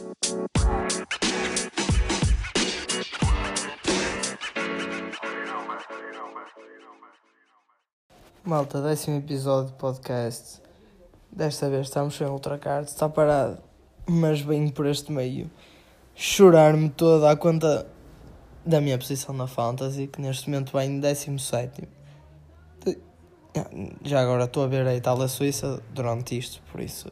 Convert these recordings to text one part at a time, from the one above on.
Malta, 10º episódio de podcast. Desta vez estamos sem ultracard, está parado, mas venho por este meio chorar-me toda à conta da minha posição na Fantasy, que neste momento vai em 17º. Já agora estou a ver a Itália-Suíça durante isto, por isso,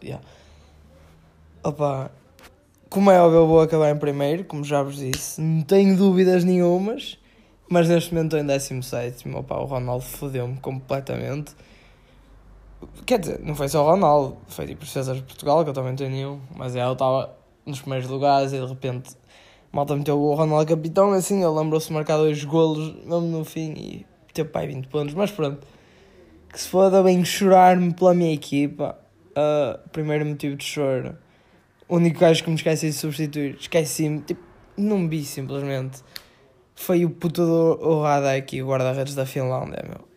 Opa, como é óbvio eu vou acabar em primeiro, como já vos disse, não tenho dúvidas nenhumas, mas neste momento estou em 17º, o Ronaldo fodeu-me completamente. Quer dizer, não foi só o Ronaldo, foi tipo os defesas de Portugal, que eu também tenho nenhum, mas eu estava nos primeiros lugares e de repente malta meteu o Ronaldo capitão, assim, ele lembrou-se de marcar 2 golos mesmo no fim e teve pai 20 pontos, mas pronto, que se foda, bem chorar-me pela minha equipa. Primeiro motivo de choro, o único gajo que me esqueci de substituir, esqueci-me, tipo, não vi simplesmente, foi o puto do Radek, o guarda-redes da Finlândia, meu.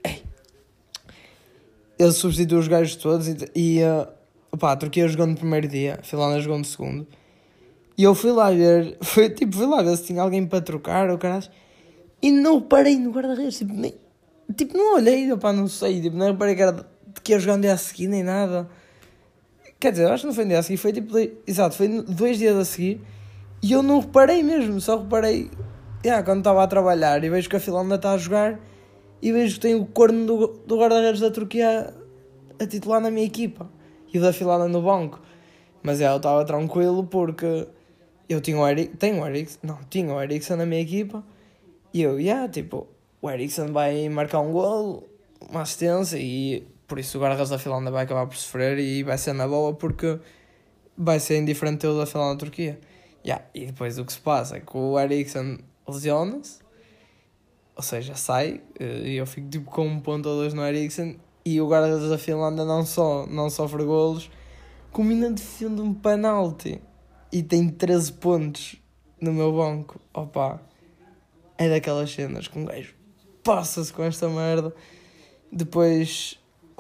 Ele substituiu os gajos todos a Turquia jogou no primeiro dia, a Finlândia jogou no segundo. E eu fui lá ver, fui lá ver se tinha alguém para trocar ou caralho. E não parei no guarda-redes, não olhei, não sei, não reparei que ia jogar no dia a seguir nem nada. Quer dizer, eu acho que não foi no dia a seguir, foi foi 2 dias a seguir. E eu não reparei mesmo, só reparei quando estava a trabalhar e vejo que a Finlândia está a jogar. E vejo que tem o corno do guarda-redes da Turquia a titular na minha equipa. E o da Finlândia no banco. Mas eu estava tranquilo porque eu tinha o Eriksen na minha equipa. E eu, o Eriksen vai marcar um golo, uma assistência. E por isso o guarda-redes da Finlândia vai acabar por sofrer e vai ser na boa porque vai ser indiferente o da Finlândia da Turquia. E depois o que se passa é que o Eriksen lesiona-se. Ou seja, sai e eu fico com 1 ponto ou 2 no Eriksen e o guarda-redes da Finlândia não sofre golos, como ainda defende um penalti e tem 13 pontos no meu banco. É daquelas cenas que um gajo passa-se com esta merda. Depois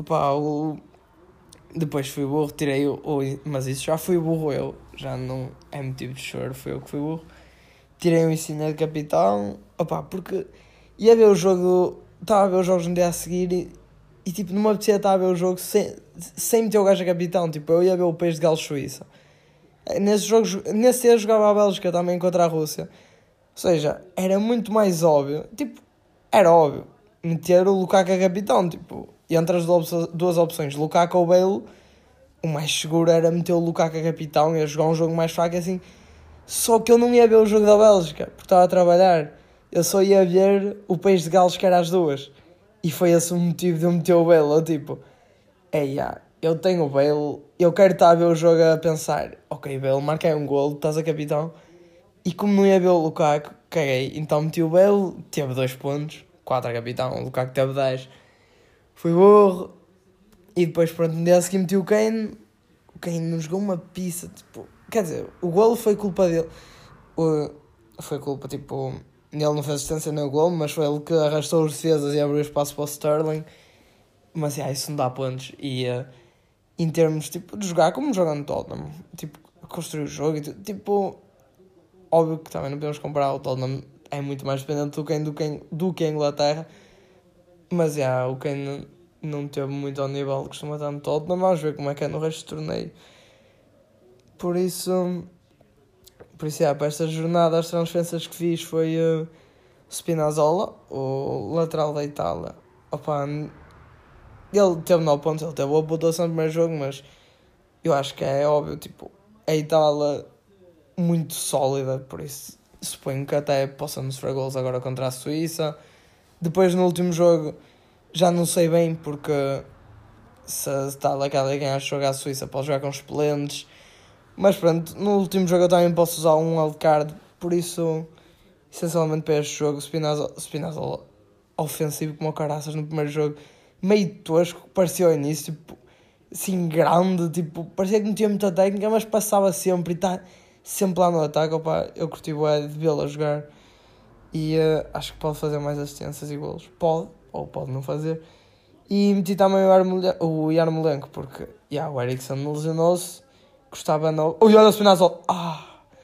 fui burro, tirei mas isso já fui burro eu, já não é motivo de choro, fui eu que fui burro. Tirei um ensino de capitão, porque ia ver o jogo, estava a ver os jogos no dia a seguir e não me apetecia estar a ver o jogo sem meter o gajo a capitão. Eu ia ver o País de Gales-Suíça. Nesse dia eu jogava a Bélgica também contra a Rússia. Ou seja, era muito mais óbvio, era óbvio meter o Lukaku a capitão. E entre as duas opções, Lukaku ou Bale, o mais seguro era meter o Lukaku a capitão e a jogar um jogo mais fraco assim. Só que eu não ia ver o jogo da Bélgica, porque estava a trabalhar. Eu só ia ver o País de Gales, que era às 2. E foi esse o motivo de eu meter o Bale. Eu tenho o Bale, eu quero estar a ver o jogo a pensar, ok, Bale, marquei um golo, estás a capitão. E como não ia ver o Lukaku, caguei. Então meti o Bale, teve 2 pontos, 4 a capitão, o Lukaku teve 10. Fui burro. E depois, pronto, no dia a seguir meti o Kane. O Kane nos jogou uma pizza, quer dizer, o golo foi culpa dele. Foi culpa, ele não fez assistência no golo, mas foi ele que arrastou os defesas e abriu espaço para o Sterling. Mas, isso não dá pontos. E, em termos, de jogar como joga no Tottenham, construir o jogo e óbvio que também não podemos comparar, o Tottenham é muito mais dependente do que a Inglaterra. Mas, o Kane não teve muito ao nível que costuma estar no Tottenham. Vamos ver como é que é no resto do torneio. Por isso, para esta jornada, as transferências que fiz foi Spinazzola, o lateral da Itália. Ele teve 9 pontos, ele teve boa pontuação no primeiro jogo, mas eu acho que é óbvio, a Itália muito sólida, por isso suponho que até possamos sofrer golos agora contra a Suíça. Depois, no último jogo, já não sei bem, porque se está lá cada quem acha jogar a Suíça pode jogar com os suplentes. Mas pronto, no último jogo eu também posso usar um wildcard, por isso, essencialmente para este jogo, Spinazzola ofensivo como o caraças no primeiro jogo, meio tosco, parecia ao início, assim grande, parecia que não tinha muita técnica, mas passava sempre e está sempre lá no ataque. Eu curti o de vê-lo a jogar e acho que pode fazer mais assistências e golos, pode não fazer. E meti também o Yarmolenko, porque o Eriksen lesionou-se. Gostava não. Olha o Spinazzola.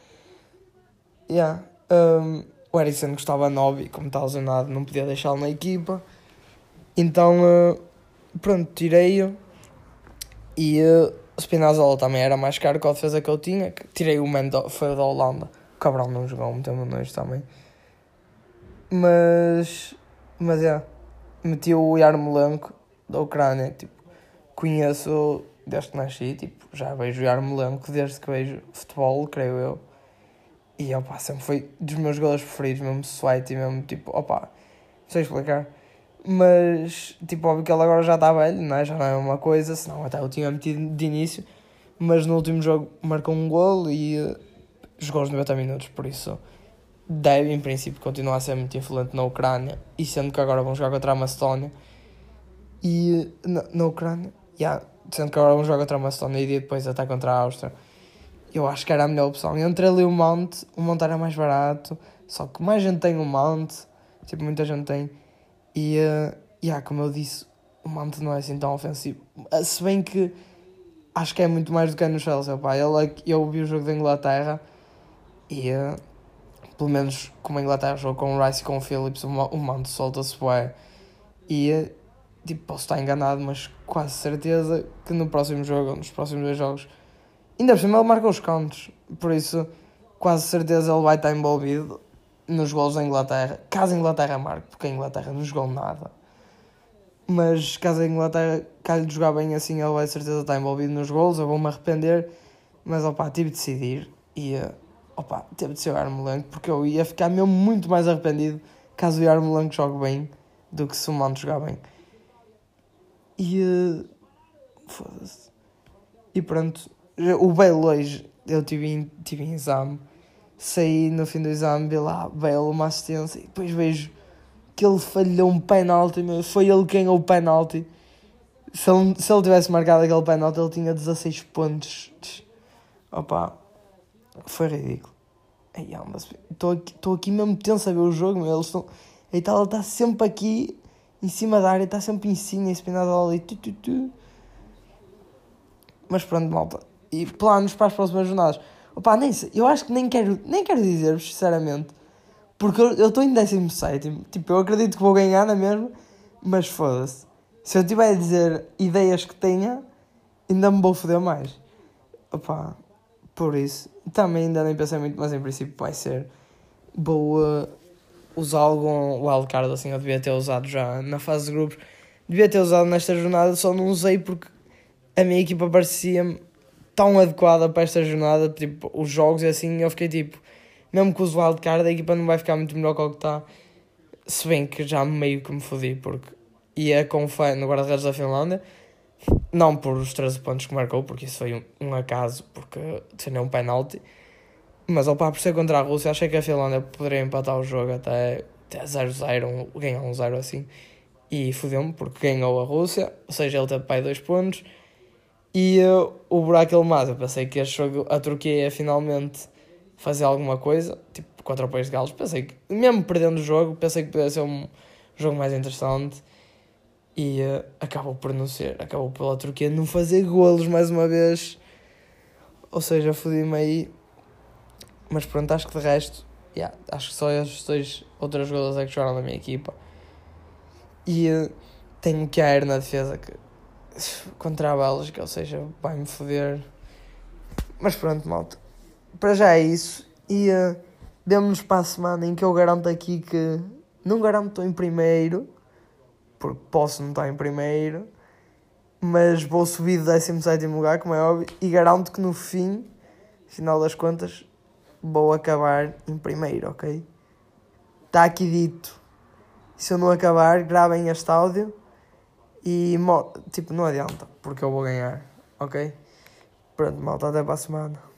Yeah. O Eriksen gostava 9 e como está lesionado não podia deixá-lo na equipa. Então, pronto, tirei-o. E o Spinazzola também era mais caro que a defesa que eu tinha. Tirei o Mendo, foi o da Holanda. O Cabral não jogou, meteu-me nojo também. Mas meti o Yarmolenko da Ucrânia. Tipo, conheço desde que nasci. Tipo, já vejo o Yarmolenko desde que vejo futebol, creio eu. E opa, sempre foi dos meus golos preferidos, mesmo sweat e mesmo tipo, opa, não sei explicar. Mas, tipo, óbvio que ele agora já está velho, não é? Já não é uma coisa, senão até eu tinha metido de início. Mas no último jogo marcou um golo e jogou os 90 minutos, por isso deve, em princípio, continuar a ser muito influente na Ucrânia. E sendo que agora vão jogar contra a Macedónia. E na Ucrânia, sendo que agora vão jogar contra a Macedónia e depois até contra a Áustria. Eu acho que era a melhor opção. Entre ali o Mount era mais barato, só que mais gente tem o Mount, tipo, muita gente tem. E, como eu disse, o Mount não é assim tão ofensivo. Se bem que acho que é muito mais do que é no Chelsea, pá. Eu vi o jogo da Inglaterra e, pelo menos como a Inglaterra jogou com o Rice e com o Phillips, o Mount solta-se bué. E, tipo, posso estar enganado, mas quase certeza que no próximo jogo, ou nos próximos 2 jogos, ainda por cima ele marcou os cantos, por isso quase certeza ele vai estar envolvido nos golos da Inglaterra, caso a Inglaterra marque, porque a Inglaterra não jogou nada. Mas caso a Inglaterra calhe de jogar bem assim, ele vai certeza estar envolvido nos golos, eu vou-me arrepender, mas tive de decidir e teve de ser o Yarmolenko, porque eu ia ficar mesmo muito mais arrependido caso o Yarmolenko jogue bem do que se o Mount jogar bem. E foda-se. E pronto, o Bale hoje, eu tive em exame, saí no fim do exame, vi lá Bale uma assistência e depois vejo que ele falhou um penalti, foi ele quem ganhou o penalti. Se ele tivesse marcado aquele penalti, ele tinha 16 pontos. Opa, foi ridículo. Estou aqui mesmo tenso a ver o jogo, eles estão... A Itália está sempre aqui em cima da área, está sempre em cima, espinado ali. Mas pronto, malta. E planos para as próximas jornadas. Opa, nem sei, eu acho que nem quero dizer-vos, sinceramente. Porque eu estou em 17º. Tipo, eu acredito que vou ganhar na mesma. Mas foda-se. Se eu tiver a dizer ideias que tenha, ainda me vou foder mais. Opa, por isso. Também ainda nem pensei muito, mas em princípio vai ser. Vou usar algum wildcard assim. Eu devia ter usado já na fase de grupos. Devia ter usado nesta jornada, só não usei porque a minha equipa parecia-me tão adequada para esta jornada, tipo, os jogos e assim, eu fiquei tipo, mesmo que use o wildcard, a equipa não vai ficar muito melhor que o que está, se bem que já meio que me fodi, porque ia com fé no guarda-redes da Finlândia, não por os 13 pontos que marcou, porque isso foi um acaso, porque defendeu um penalti, mas por ser contra a Rússia, achei que a Finlândia poderia empatar o jogo até 0-0, ganhar 1-0 assim, e fodeu-me, porque ganhou a Rússia, ou seja, ele teve para aí 2 pontos. E o buraco Elmaz, eu pensei que este jogo, a Turquia ia finalmente fazer alguma coisa, tipo contra o País de Gales. Pensei que, mesmo perdendo o jogo, pensei que poderia ser um jogo mais interessante. E acabou por não ser. Acabou pela Turquia não fazer golos mais uma vez. Ou seja, fodi-me aí. Mas pronto, acho que de resto, acho que só estes 2 outros jogadores é que jogaram na minha equipa. E tenho que ir na defesa que contra a Bélgica, ou seja, vai-me foder. Mas pronto, malta. Para já é isso. E demos-nos para a semana em que eu garanto aqui que não garanto estou em primeiro, porque posso não estar em primeiro, mas vou subir do 17º lugar, como é óbvio, e garanto que no final das contas, vou acabar em primeiro, ok? Está aqui dito. Se eu não acabar, gravem este áudio. E, tipo, não adianta, porque eu vou ganhar, ok? Pronto, malta, até para a semana.